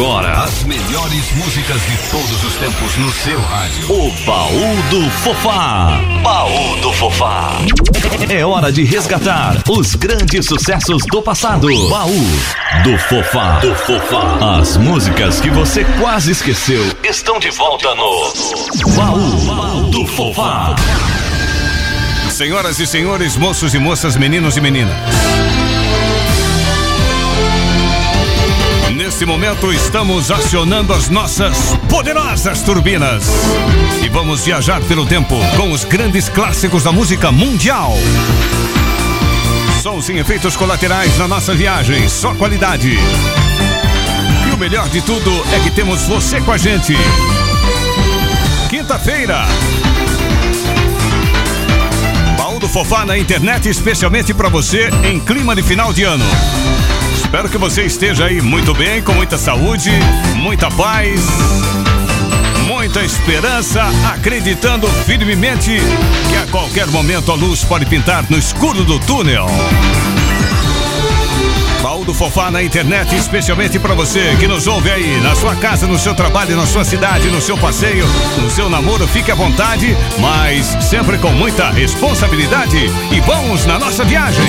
agora as melhores músicas de todos os tempos no seu rádio. O Baú do Fofá. Baú do Fofá. É hora de resgatar os grandes sucessos do passado. Baú do Fofá. Do Fofá. As músicas que você quase esqueceu estão de volta no Baú do Fofá. Senhoras e senhores, moços e moças, meninos e meninas. Nesse momento estamos acionando as nossas poderosas turbinas e vamos viajar pelo tempo com os grandes clássicos da música mundial. Sons e efeitos colaterais na nossa viagem, só qualidade. E o melhor de tudo é que temos você com a gente. Quinta-feira, Baú do Fofá na internet, especialmente para você em clima de final de ano. Espero que você esteja aí muito bem, com muita saúde, muita paz, muita esperança, acreditando firmemente que a qualquer momento a luz pode pintar no escuro do túnel. Baú do Fofá na internet, especialmente para você que nos ouve aí na sua casa, no seu trabalho, na sua cidade, no seu passeio, no seu namoro. Fique à vontade, mas sempre com muita responsabilidade. E vamos na nossa viagem.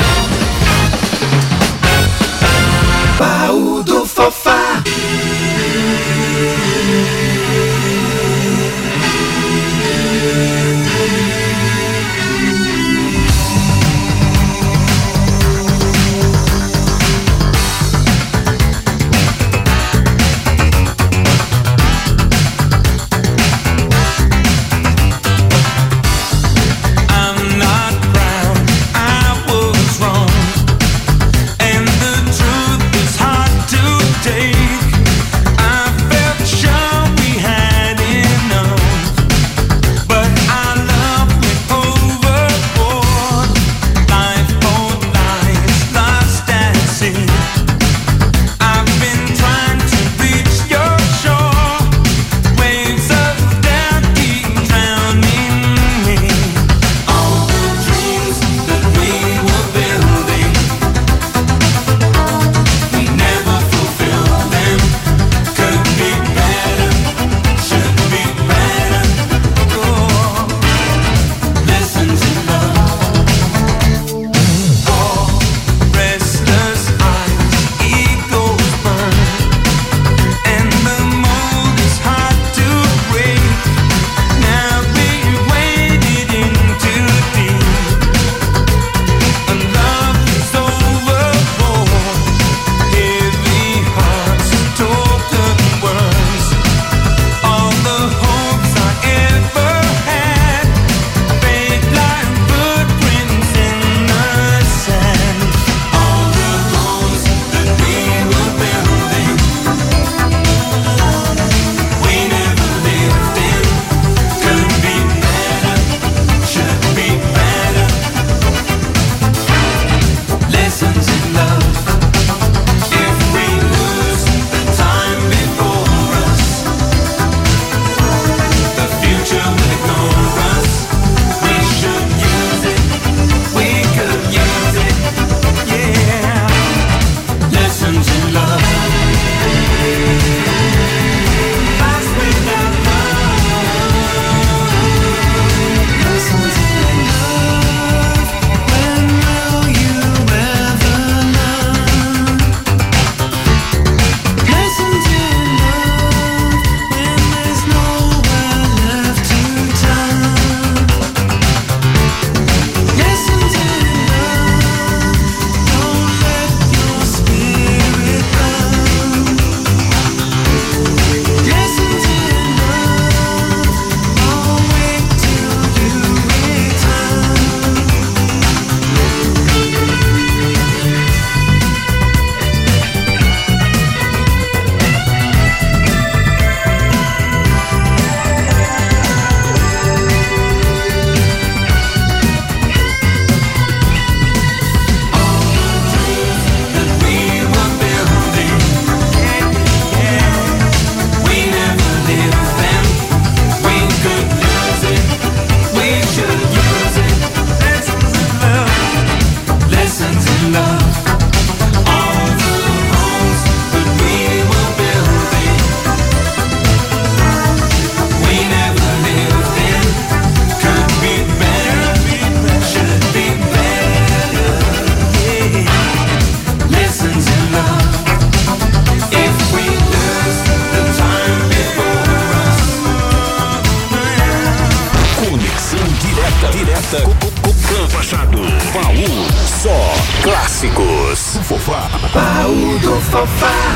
Baú do Fofá. I'm not proud, I was wrong. clássicos. Fofá. Baú do Fofá.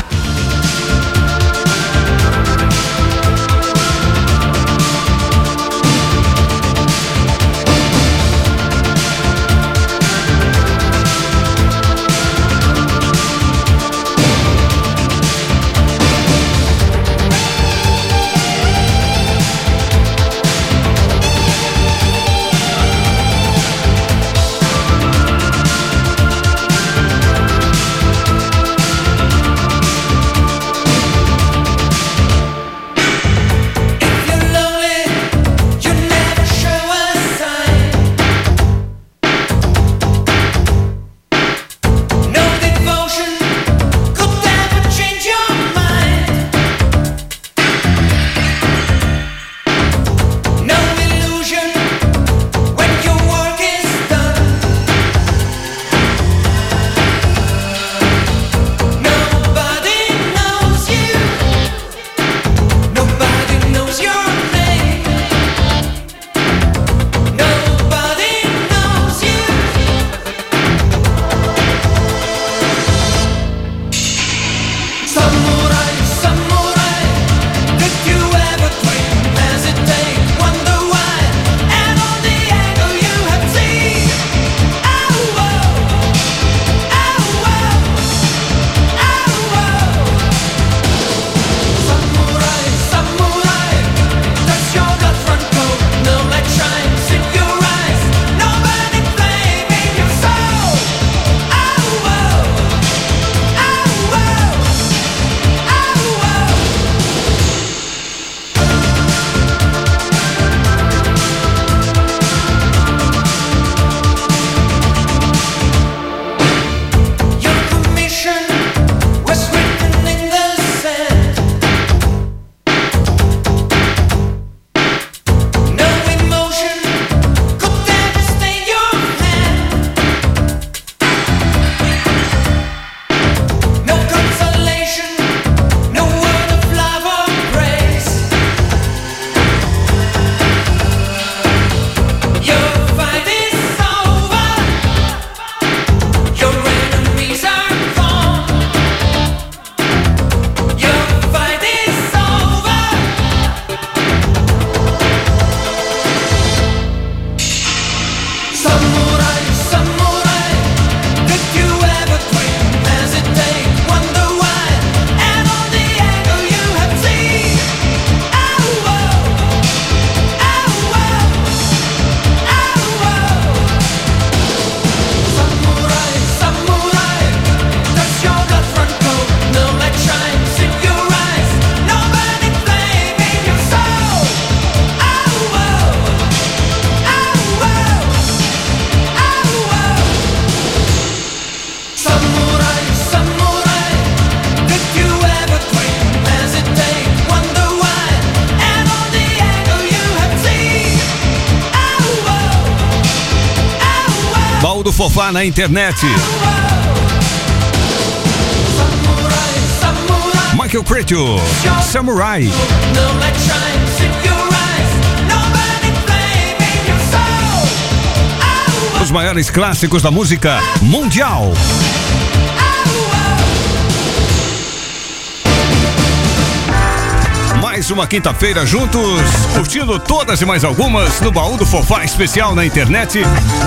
Do Fofá na internet. Michael Cretu, Samurai. Os maiores clássicos da música mundial. Mais uma quinta-feira juntos, curtindo todas e mais algumas no Baú do Fofá especial na internet,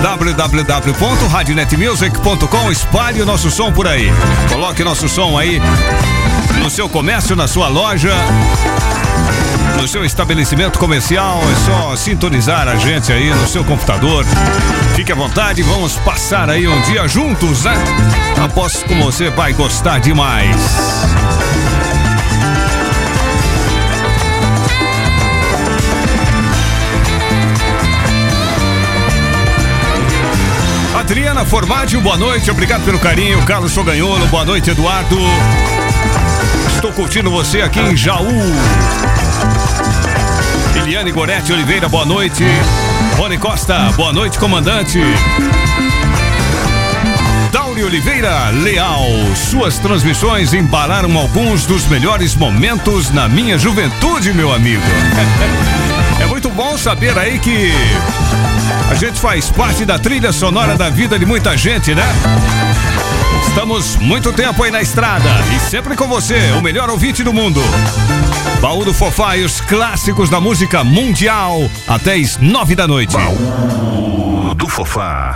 www.radionetmusic.com. Espalhe o nosso som por aí. Coloque nosso som aí no seu comércio, na sua loja, no seu estabelecimento comercial. É só sintonizar a gente aí no seu computador. Fique à vontade, vamos passar aí um dia juntos, né? Aposto que você vai gostar demais. Adriana Formaggio, boa noite, obrigado pelo carinho. Carlos Soganholo, boa noite, Eduardo. Estou curtindo você aqui em Jaú. Eliane Goretti Oliveira, boa noite. Rony Costa, boa noite, comandante. Dauri Oliveira Leal, suas transmissões embalaram alguns dos melhores momentos na minha juventude, meu amigo. É muito bom saber aí que a gente faz parte da trilha sonora da vida de muita gente, né? Estamos muito tempo aí na estrada e sempre com você, o melhor ouvinte do mundo. Baú do Fofá e os clássicos da música mundial até as 9 da noite. Baú do Fofá.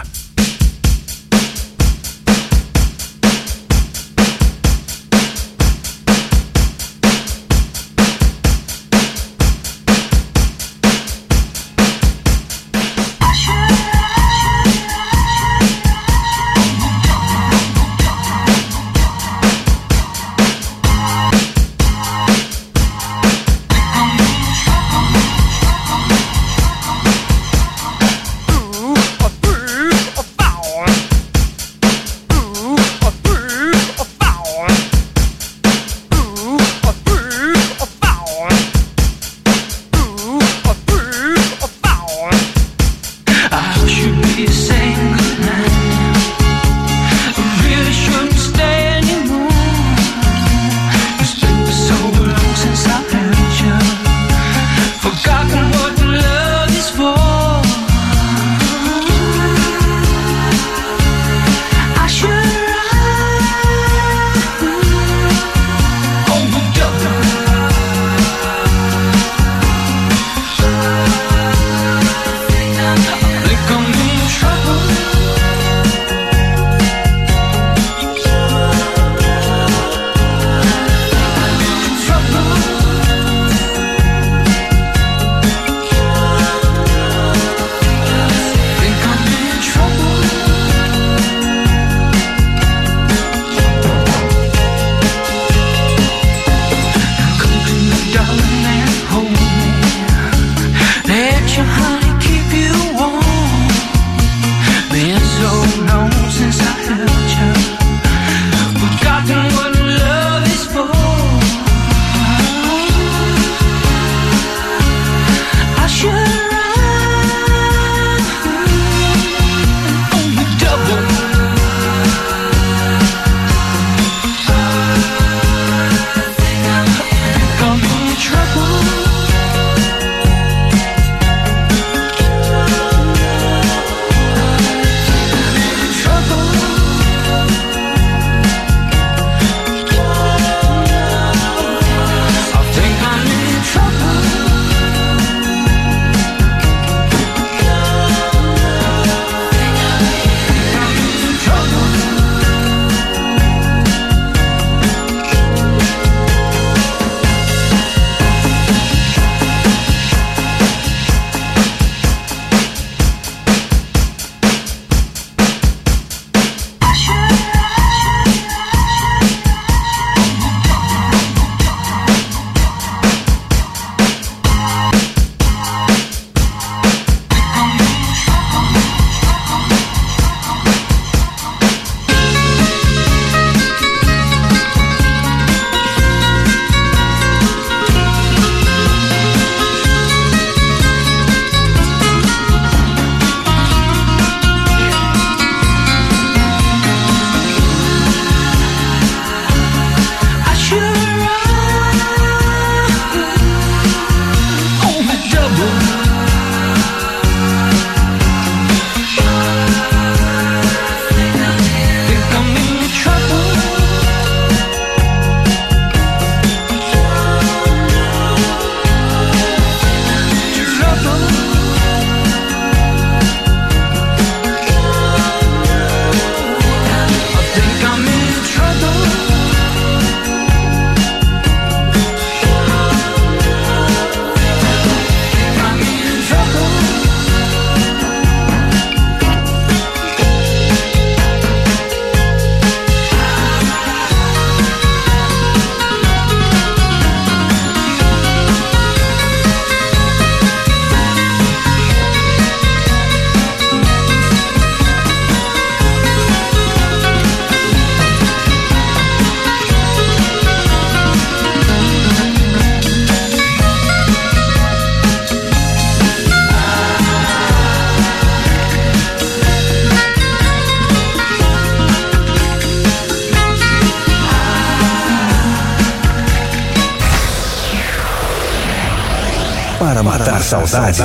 matar saudade.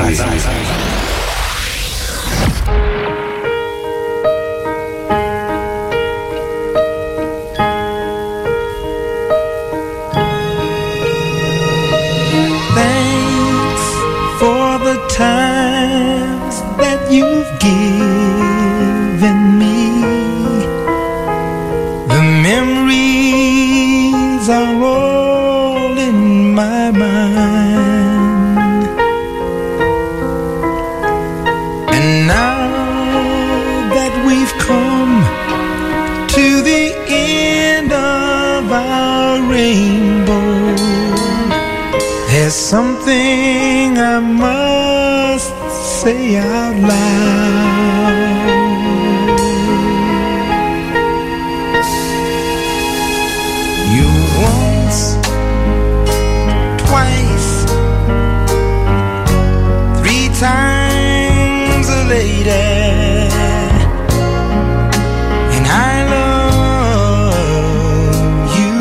Thanks for the times that you've given me. The memories are all in my mind. And now that we've come to the end of our rainbow, there's something I must say out loud. You once, twice, 3 times a lady, and I love you.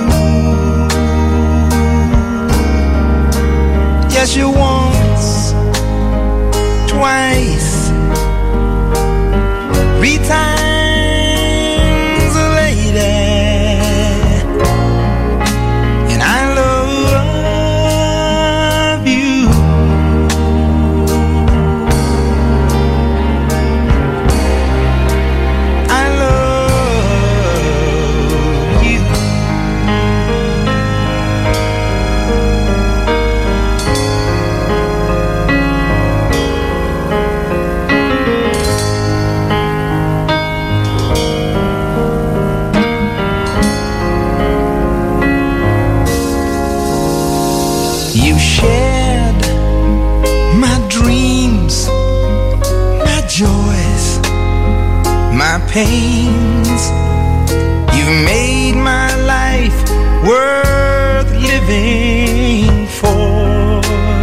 Yes, you once, twice, 3 times a lady, and I love you. I love you. You shared my dreams, my joys, my pains. You've made my life worth living for.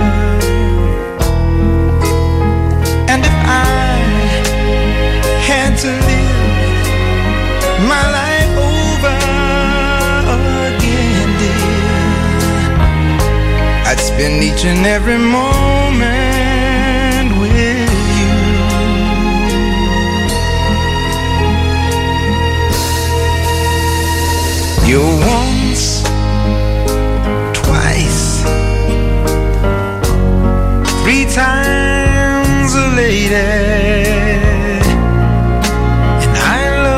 And if I had to live my life over again, dear, I'd spend each and every moment with you. You're once, twice, 3 times a lady, and I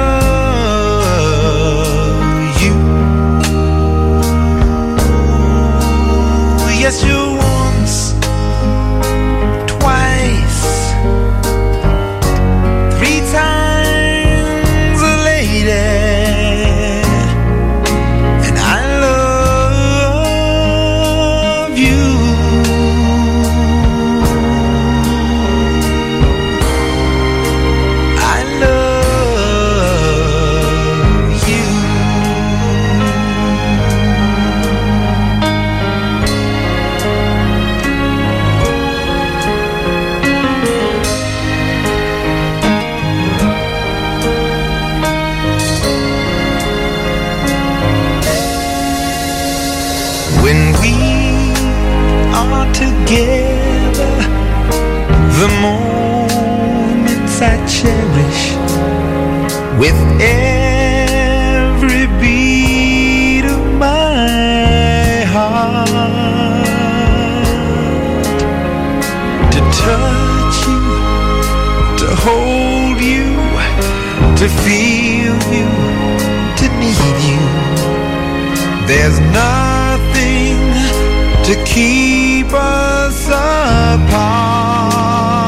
love you. Yes, you once, twice, 3 times a lady, and I love you. I love you. When we are together, the moments I cherish with every beat of my heart. To touch you, to hold you, to feel you, to need you. There's nothing to keep us apart.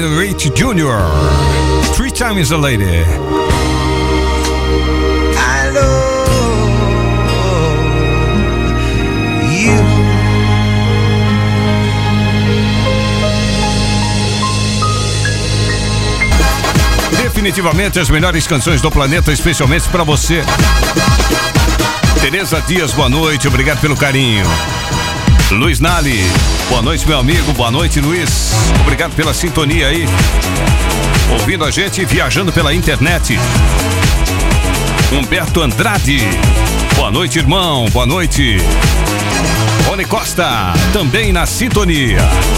Lionel Rich Jr. 3 Times a Lady. I love you. Definitivamente as melhores canções do planeta, especialmente pra você. Tereza Dias, boa noite, obrigado pelo carinho. Luiz Nali, boa noite, meu amigo, boa noite, Luiz. Obrigado pela sintonia aí. Ouvindo a gente, viajando pela internet. Humberto Andrade, boa noite, irmão, boa noite. Rony Costa, também na sintonia.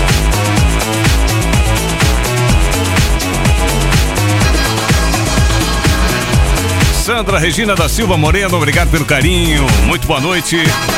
Sandra Regina da Silva Moreno, obrigado pelo carinho, muito boa noite.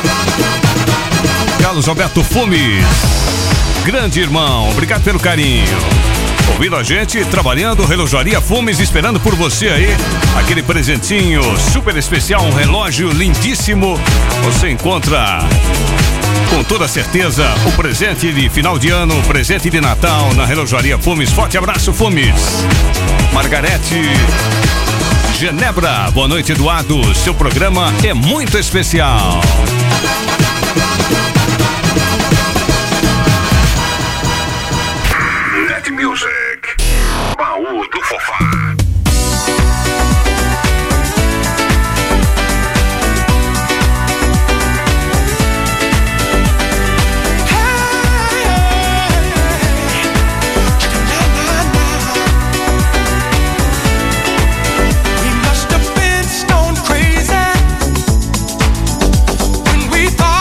Carlos Alberto Fumes, grande irmão, obrigado pelo carinho. Ouvindo a gente, trabalhando, Relojaria Fumes, esperando por você aí. Aquele presentinho super especial, um relógio lindíssimo. Você encontra, com toda certeza, o presente de final de ano, o presente de Natal na Relojaria Fumes. Forte abraço, Fumes. Margarete Genebra, boa noite, Eduardo. Seu programa é muito especial. Net Music, Baú do Fofá. We thought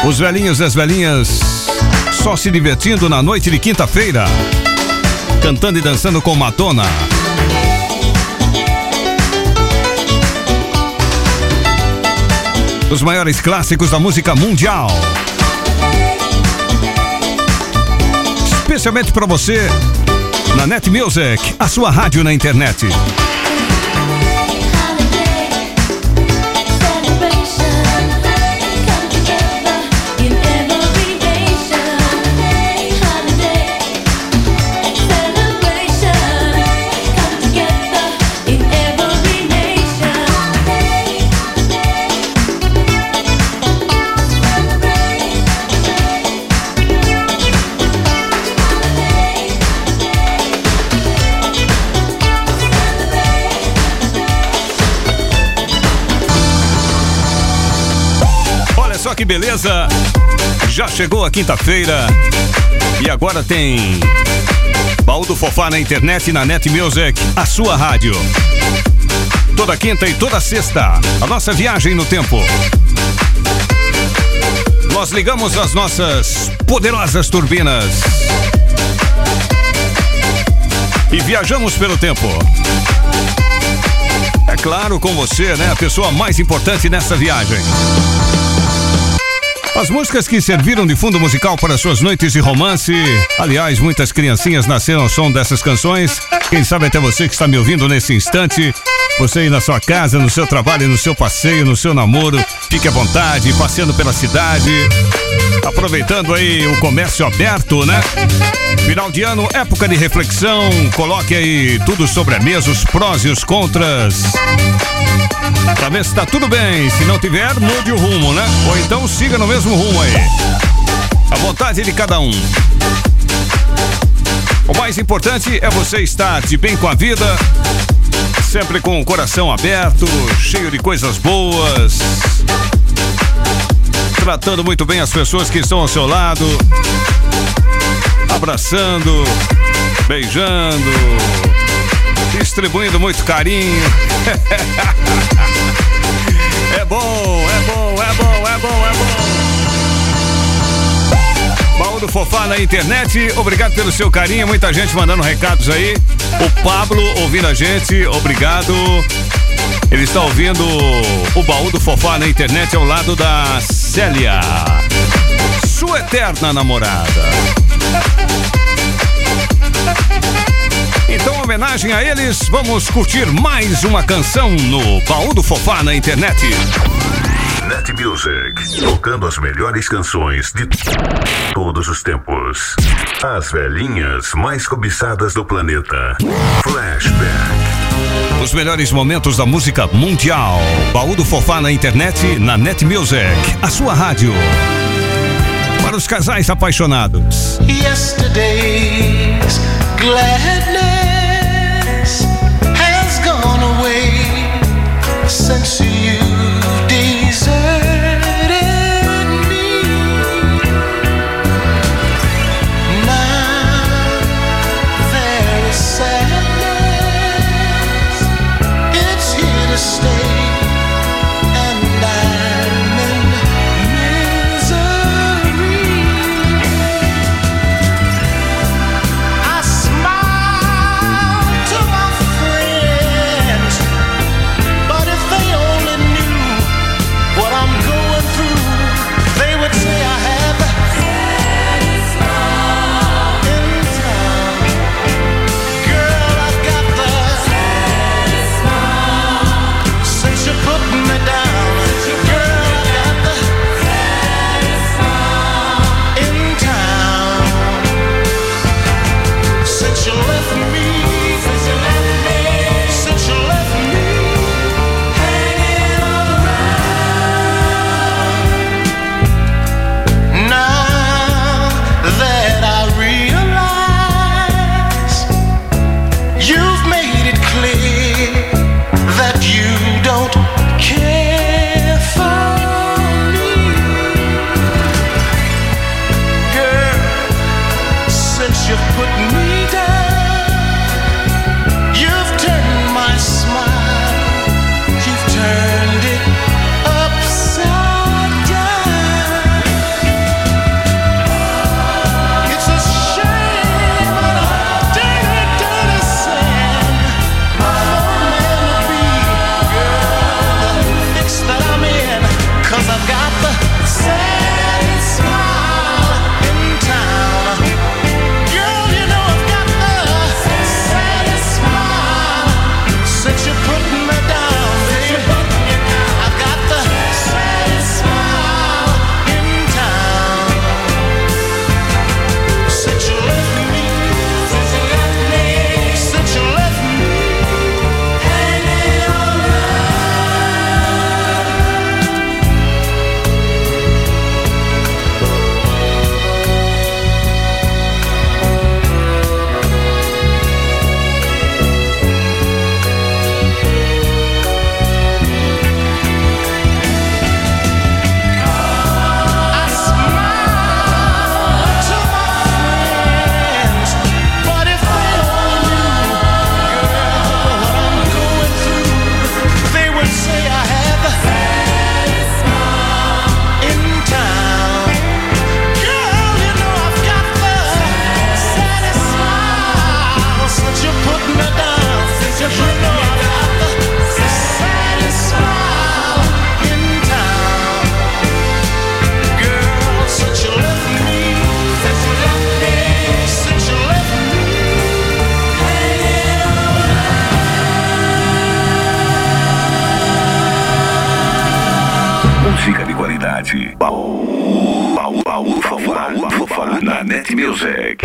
Os velhinhos e as velhinhas só se divertindo na noite de quinta-feira, cantando e dançando com Madonna. Os maiores clássicos da música mundial. Especialmente para você na Net Music, a sua rádio na internet. Que beleza, já chegou a quinta-feira e agora tem Baú do Fofá na internet e na Net Music, a sua rádio. Toda quinta e toda sexta, a nossa viagem no tempo. Nós ligamos as nossas poderosas turbinas e viajamos pelo tempo. É claro, com você, né? A pessoa mais importante nessa viagem. As músicas que serviram de fundo musical para suas noites de romance. Aliás, muitas criancinhas nasceram ao som dessas canções. Quem sabe até você que está me ouvindo nesse instante. Você aí na sua casa, no seu trabalho, no seu passeio, no seu namoro. Fique à vontade, passeando pela cidade. Aproveitando aí o comércio aberto, né? Final de ano, época de reflexão. Coloque aí tudo sobre a mesa, os prós e os contras. Pra ver se tá tudo bem. Se não tiver, mude o rumo, né? Ou então siga no mesmo rumo aí. A vontade de cada um. O mais importante é você estar de bem com a vida, sempre com o coração aberto, cheio de coisas boas, tratando muito bem as pessoas que estão ao seu lado, abraçando, beijando, distribuindo muito carinho. É bom, é bom, é bom, é bom, é bom. Baú do Fofá na internet, obrigado pelo seu carinho, muita gente mandando recados aí. O Pablo ouvindo a gente, obrigado. Ele está ouvindo o Baú do Fofá na internet ao lado da Célia, sua eterna namorada. Então, em homenagem a eles, vamos curtir mais uma canção no Baú do Fofá na internet. Net Music, tocando as melhores canções de todos os tempos. As velhinhas mais cobiçadas do planeta. Flashback. Os melhores momentos da música mundial. Baú do Fofá na internet, na Net Music, a sua rádio. Para os casais apaixonados. Yesterday's gladness has gone away since you deserted me. Now there is sadness, it's here to stay, and I'm in misery. I smile to my friends, but if they only knew qualidade. Baú do Fofá na Net Music.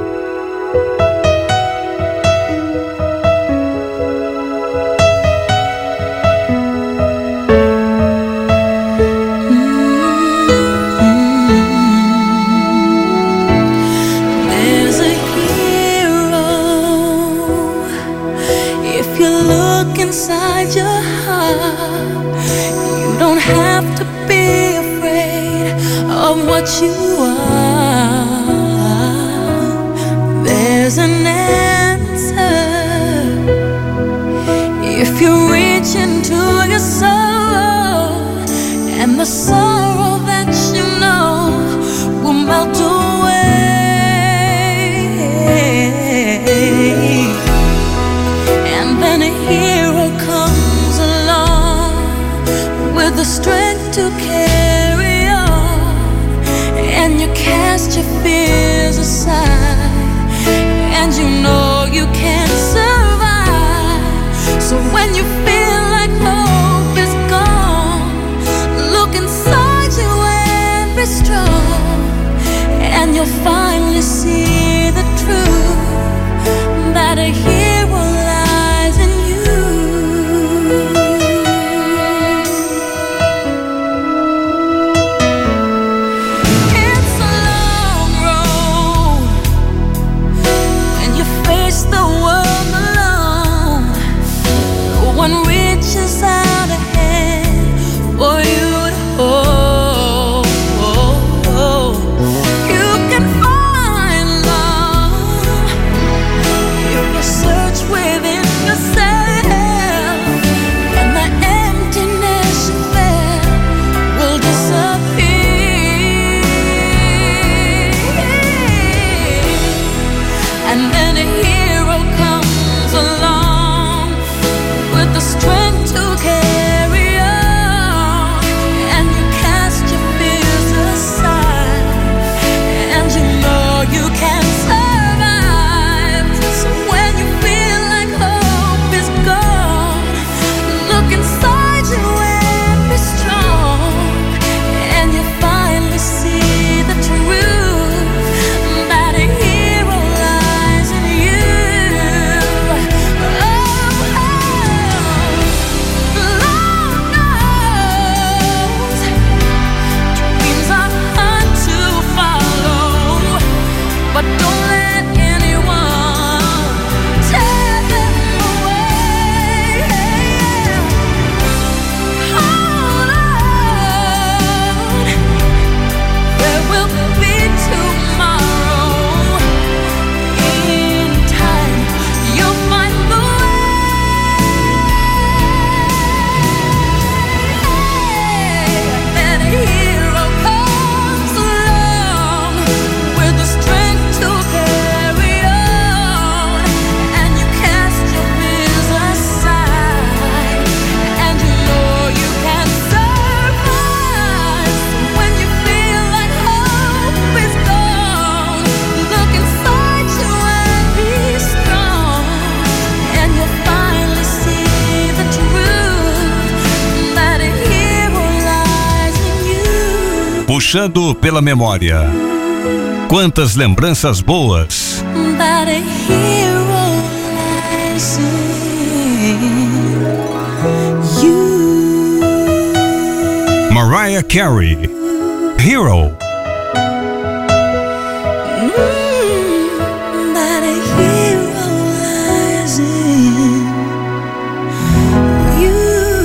Inside your heart, you don't have to be afraid of what you are. There's an answer if you reach into your soul, and the sorrow that you know will melt away. And then a hero comes along with the strength to carry on, and you cast your fears aside, and you know you can't survive. So when you feel like hope is gone, look inside you and be strong, and you'll finally see the truth that a hero lies in you. It's a long road when you face the world alone. No one reaches out a hand for you to hold. You can find love if you search within yourself, and the emptiness you felt will disappear. And then a hero comes along with the strength to carry on, and you cast your fears aside, and you know you can survive. So when you feel like hope is gone, look inside you and be strong, and you finally see the truth that a hero lies in you. Lord knows dreams are hard to follow, but don't let anyone tear them away. Hold on, there will be tomorrow. In time, you'll find the way. Then a hero comes along with the strength to carry on, and you cast your fears aside, and you know you can survive. So when you feel like hope is gone, look inside you and be strong, and you'll finally see the truth that a hero lies in you. Puxando pela memória. Quantas lembranças boas. That a hero lies in you. Mariah Carey, Hero. That a hero lies in you.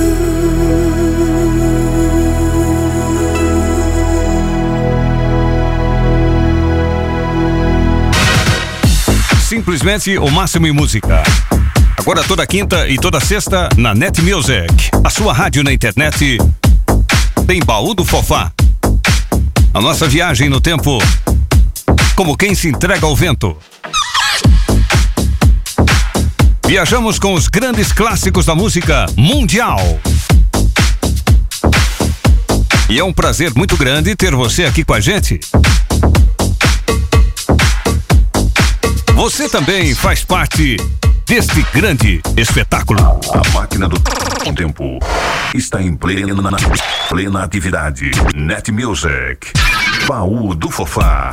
Simplesmente o máximo em música. Agora toda quinta e toda sexta na Net Music. A sua rádio na internet tem Baú do Fofá. A nossa viagem no tempo, como quem se entrega ao vento. Viajamos com os grandes clássicos da música mundial. E é um prazer muito grande ter você aqui com a gente. Você também faz parte deste grande espetáculo. A máquina do tempo está em plena atividade. Net Music, Baú do Fofá.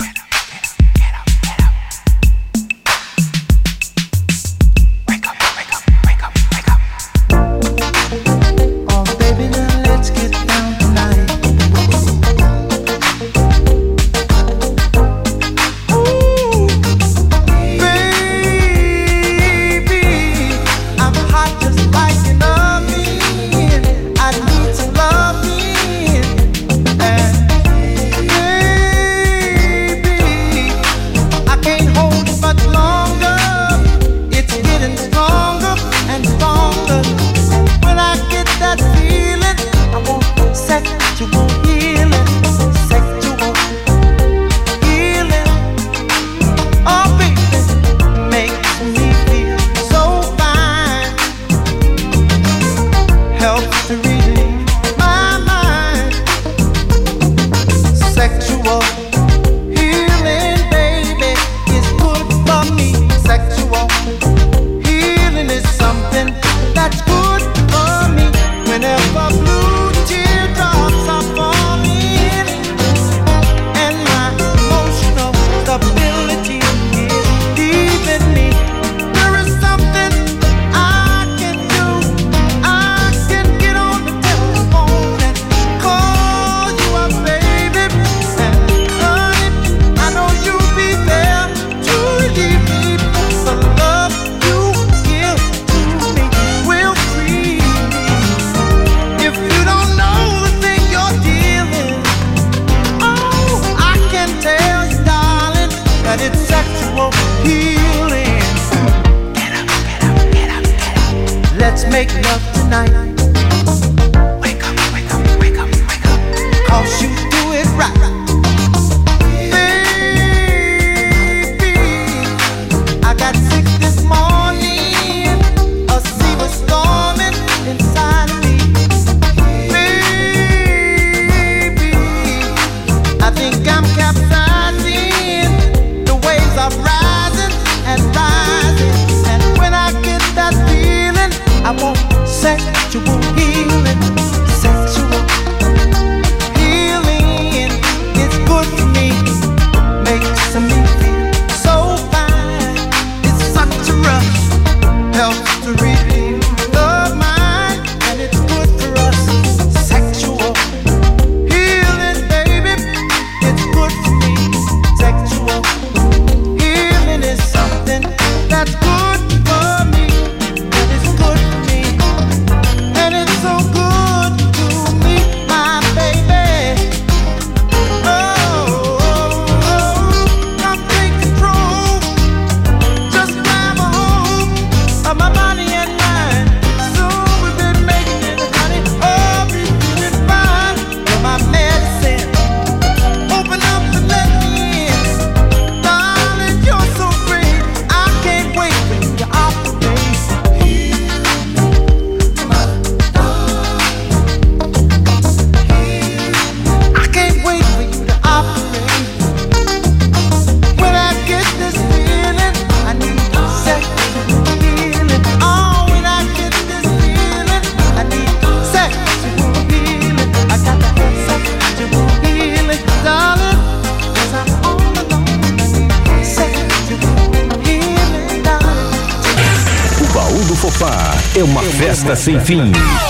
É uma festa sem fim.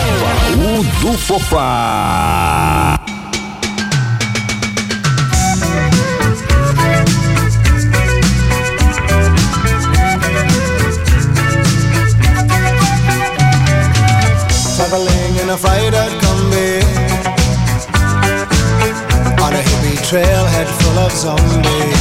Baú do Fofá. Traveling in a freighter combi on a hippie trailhead full of zombies.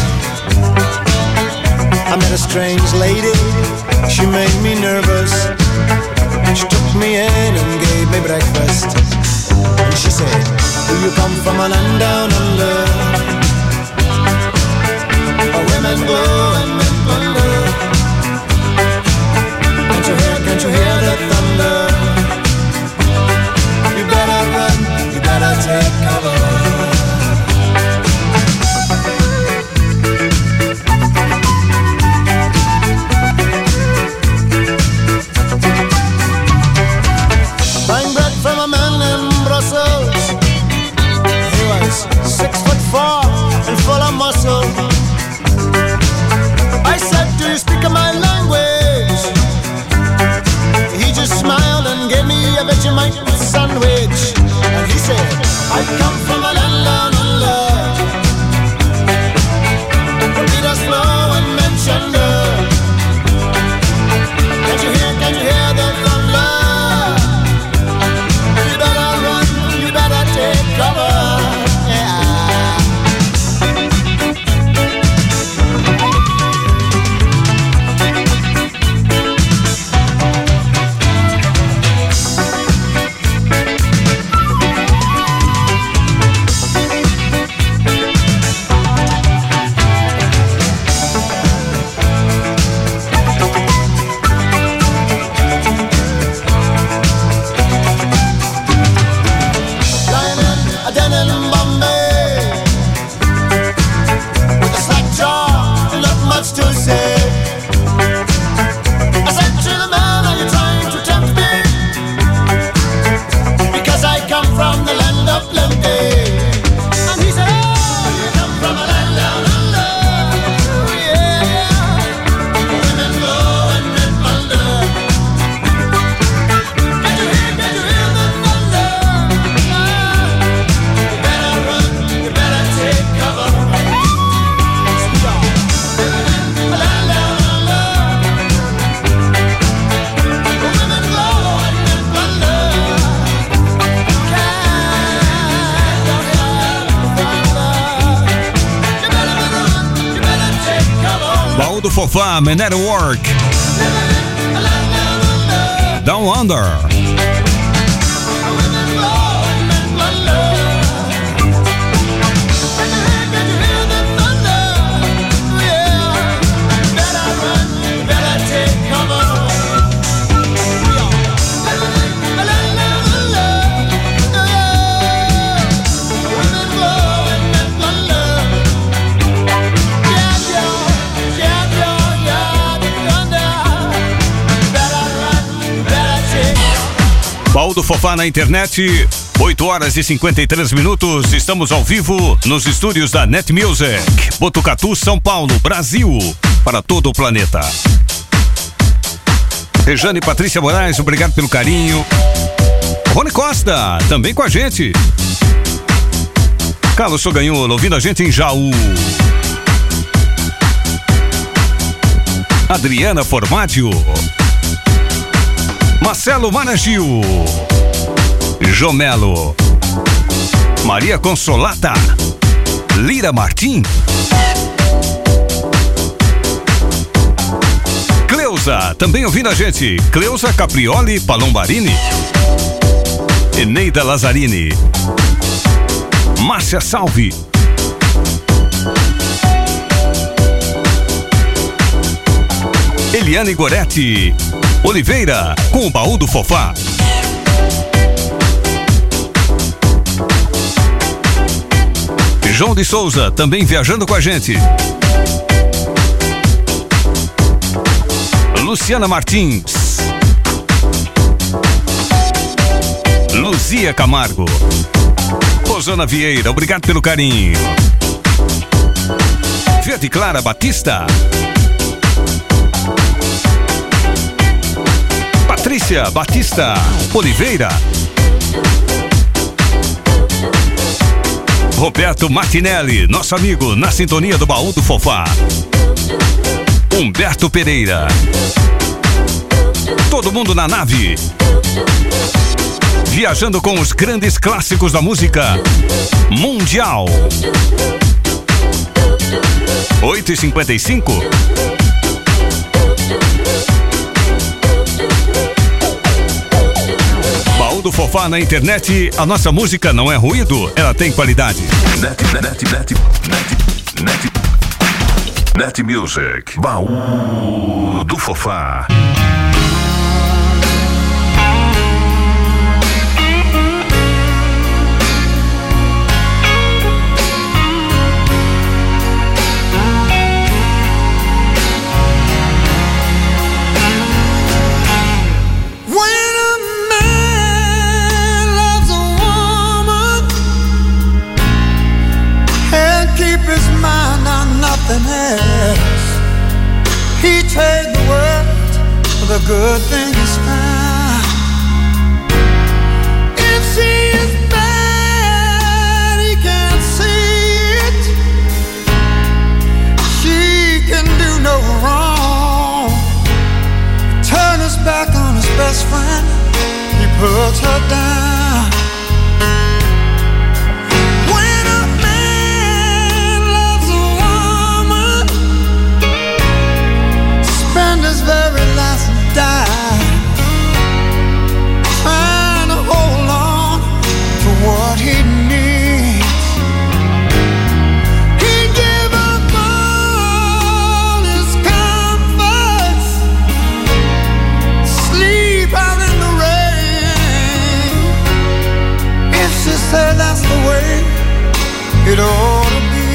I met a strange lady, she made me nervous. She took me in and gave me breakfast. And she said, do you come from a land down under, where women glow and men wonder? Can't you hear the thunder? You better run, you better take cover. do Fofá, Man at Work. Down Under. Baú do Fofá na internet, 8 horas e 53 minutos. Estamos ao vivo nos estúdios da Net Music, Botucatu, São Paulo, Brasil, para todo o planeta. Rejane e Patrícia Moraes, obrigado pelo carinho. Rony Costa, também com a gente. Carlos Soganholo, ouvindo a gente em Jaú. Adriana Formaggio. Marcelo Maragil, Jomelo, Maria Consolata, Lira Martim, Cleusa, também ouvindo a gente, Cleusa Caprioli Palombarini, Eneida Lazzarini, Márcia Salvi, Eliane Goretti Oliveira, com o Baú do Fofá. João de Souza, também viajando com a gente. Luciana Martins. Luzia Camargo. Rosana Vieira, obrigado pelo carinho. Fiat Clara Batista. Patrícia Batista Oliveira. Roberto Martinelli, nosso amigo na sintonia do Baú do Fofá. Humberto Pereira. Todo mundo na nave. Viajando com os grandes clássicos da música mundial. 8h55. Do Fofá na internet, a nossa música não é ruído, ela tem qualidade. Net Music, Baú do Fofá. He trade the world for the good things found. If she is bad, he can't see it. She can do no wrong. Turn his back on his best friend, he puts her down. His very last dime, trying to hold on to what he needs. He gave up all his comforts, sleep out in the rain. If she said that's the way it ought to be.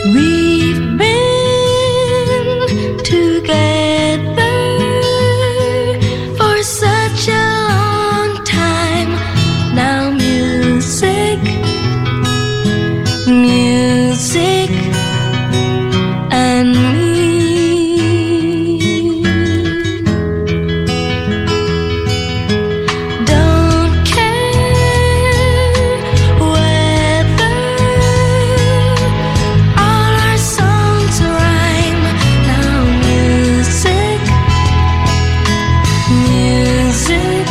We've been together for such a long time now. Music, music, and me. Don't care whether all our songs rhyme. Now music, music,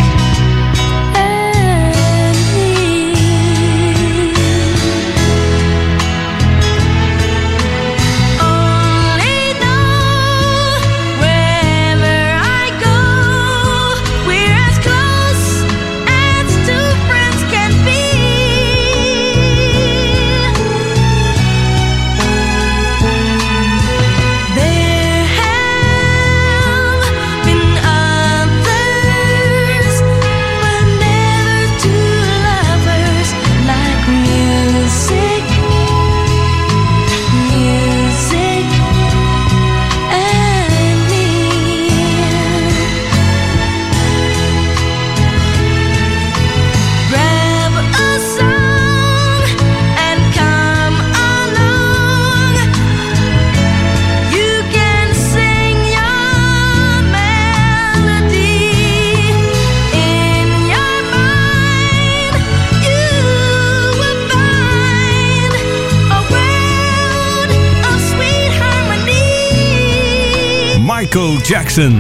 and me. Only know wherever I go, we're as close as two friends can be. There have been others, but never two lovers like music, music, and me. Grab a song and come along. You can sing your melody in your mind. You will find a world of sweet harmony. Michael Jackson.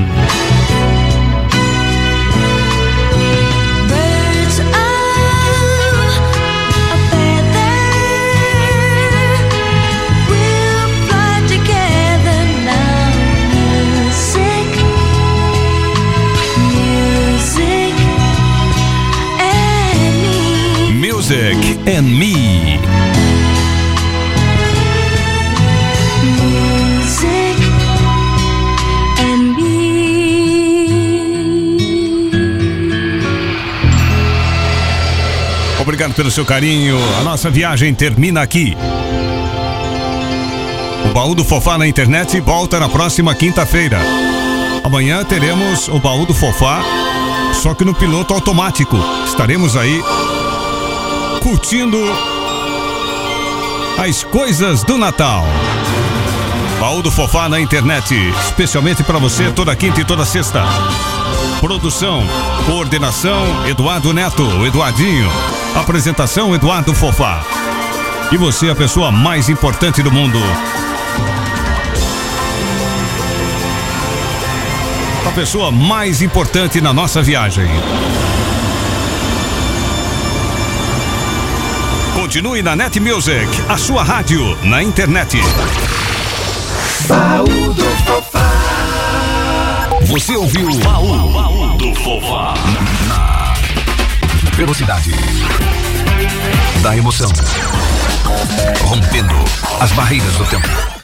Birds of a feather will fly together now. Music, music, and me. Music and Me. Music and me. Obrigado pelo seu carinho. A nossa viagem termina aqui. O Baú do Fofá na internet volta na próxima quinta-feira. Amanhã teremos o Baú do Fofá, só que no piloto automático. Estaremos aí curtindo as coisas do Natal. Baú do Fofá na internet, especialmente para você toda quinta e toda sexta. Produção, coordenação, Eduardo Neto, o Eduardinho. Apresentação, Eduardo Fofá. E você, a pessoa mais importante do mundo. A pessoa mais importante na nossa viagem. Continue na Net Music, a sua rádio na internet. Baú do Fofá. Você ouviu Baú do Fofá. Velocidade da emoção. Rompendo as barreiras do tempo.